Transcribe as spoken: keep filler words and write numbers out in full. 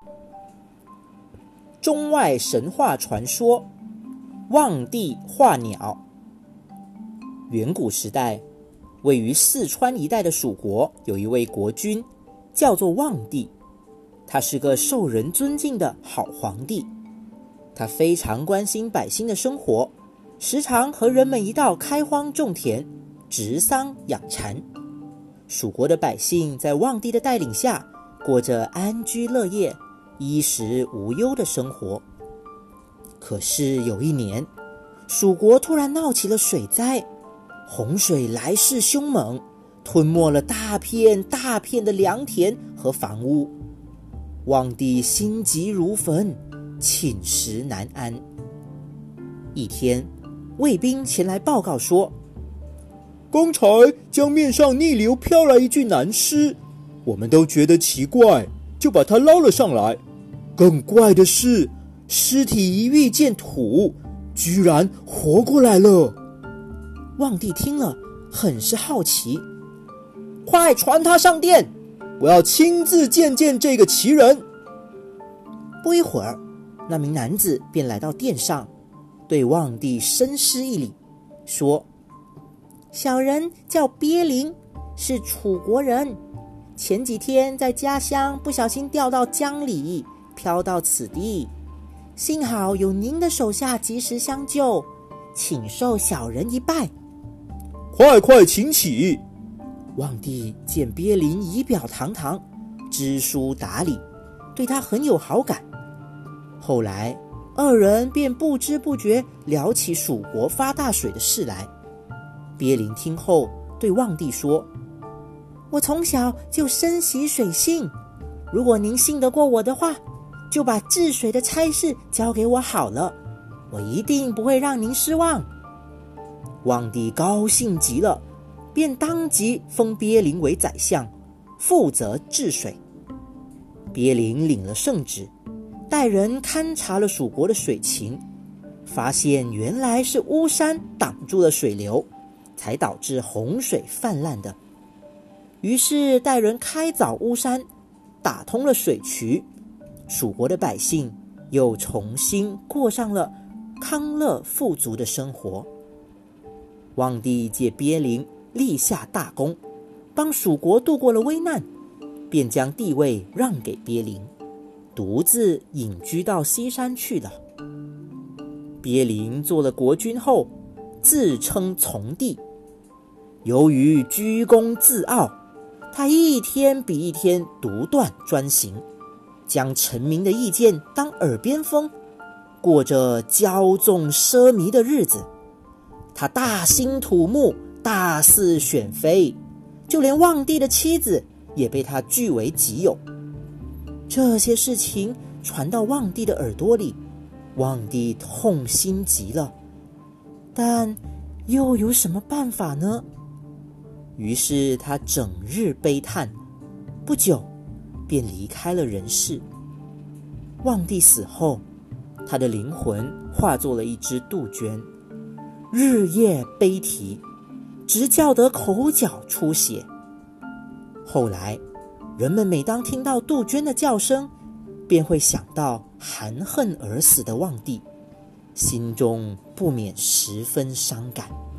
中外神话传说，望帝画鸟。远古时代，位于四川一带的蜀国有一位国君，叫做望帝。他是个受人尊敬的好皇帝，他非常关心百姓的生活，时常和人们一道开荒种田，植桑养蚕。蜀国的百姓在望帝的带领下，过着安居乐业、衣食无忧的生活。可是有一年，蜀国突然闹起了水灾，洪水来势凶猛，吞没了大片大片的良田和房屋。望帝心急如焚，寝食难安。一天，卫兵前来报告说， 刚才江面上逆流飘来一具男尸，我们都觉得奇怪，就把它捞了上来。更怪的是，尸体一遇见土，居然活过来了。 望帝听了，很是好奇，快传他上殿， 我要亲自见见这个奇人。 不一会儿，那名男子便来到殿上，对望帝深施一礼，说，小人叫鳖灵，是楚国人，前几天在家乡不小心掉到江里，飘到此地，幸好有您的手下及时相救，请受小人一拜。 快快请起。 望帝见鳖灵仪表堂堂，知书达理，对他很有好感。后来二人便不知不觉聊起蜀国发大水的事来。鳖灵听后对望帝说，我从小就深习水性，如果您信得过我的话，就把治水的差事交给我好了，我一定不会让您失望。望帝高兴极了，便当即封鳖灵为宰相，负责治水。鳖灵领了圣旨，带人勘察了蜀国的水情，发现原来是巫山挡住了水流，才导致洪水泛滥的。于是带人开凿巫山，打通了水渠，蜀国的百姓又重新过上了康乐富足的生活。望帝借鳖灵立下大功，帮蜀国度过了危难，便将地位让给鳖灵，独自隐居到西山去了。鳖灵做了国君后，自称从帝。由于居功自傲，他一天比一天独断专行，将臣民的意见当耳边风，过着骄纵奢靡的日子。他大兴土木，大肆选妃，就连望帝的妻子也被他据为己有。这些事情传到望帝的耳朵里，望帝痛心极了，但又有什么办法呢？于是他整日悲叹，不久便离开了人世。望帝死后，他的灵魂化作了一只杜鹃，日夜悲啼，直叫得口角出血。后来人们每当听到杜鹃的叫声，便会想到含恨而死的望帝，心中不免十分伤感。